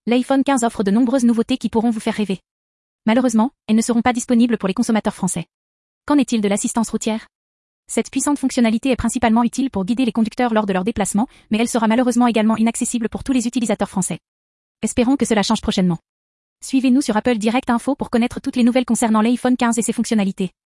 L'iPhone 15 offre de nombreuses nouveautés qui pourront vous faire rêver. Malheureusement, elles ne seront pas disponibles pour les consommateurs français. Qu'en est-il de l'assistance routière? Cette puissante fonctionnalité est principalement utile pour guider les conducteurs lors de leurs déplacements, mais elle sera malheureusement également inaccessible pour tous les utilisateurs français. Espérons que cela change prochainement. Suivez-nous sur Apple Direct Info pour connaître toutes les nouvelles concernant l'iPhone 15 et ses fonctionnalités.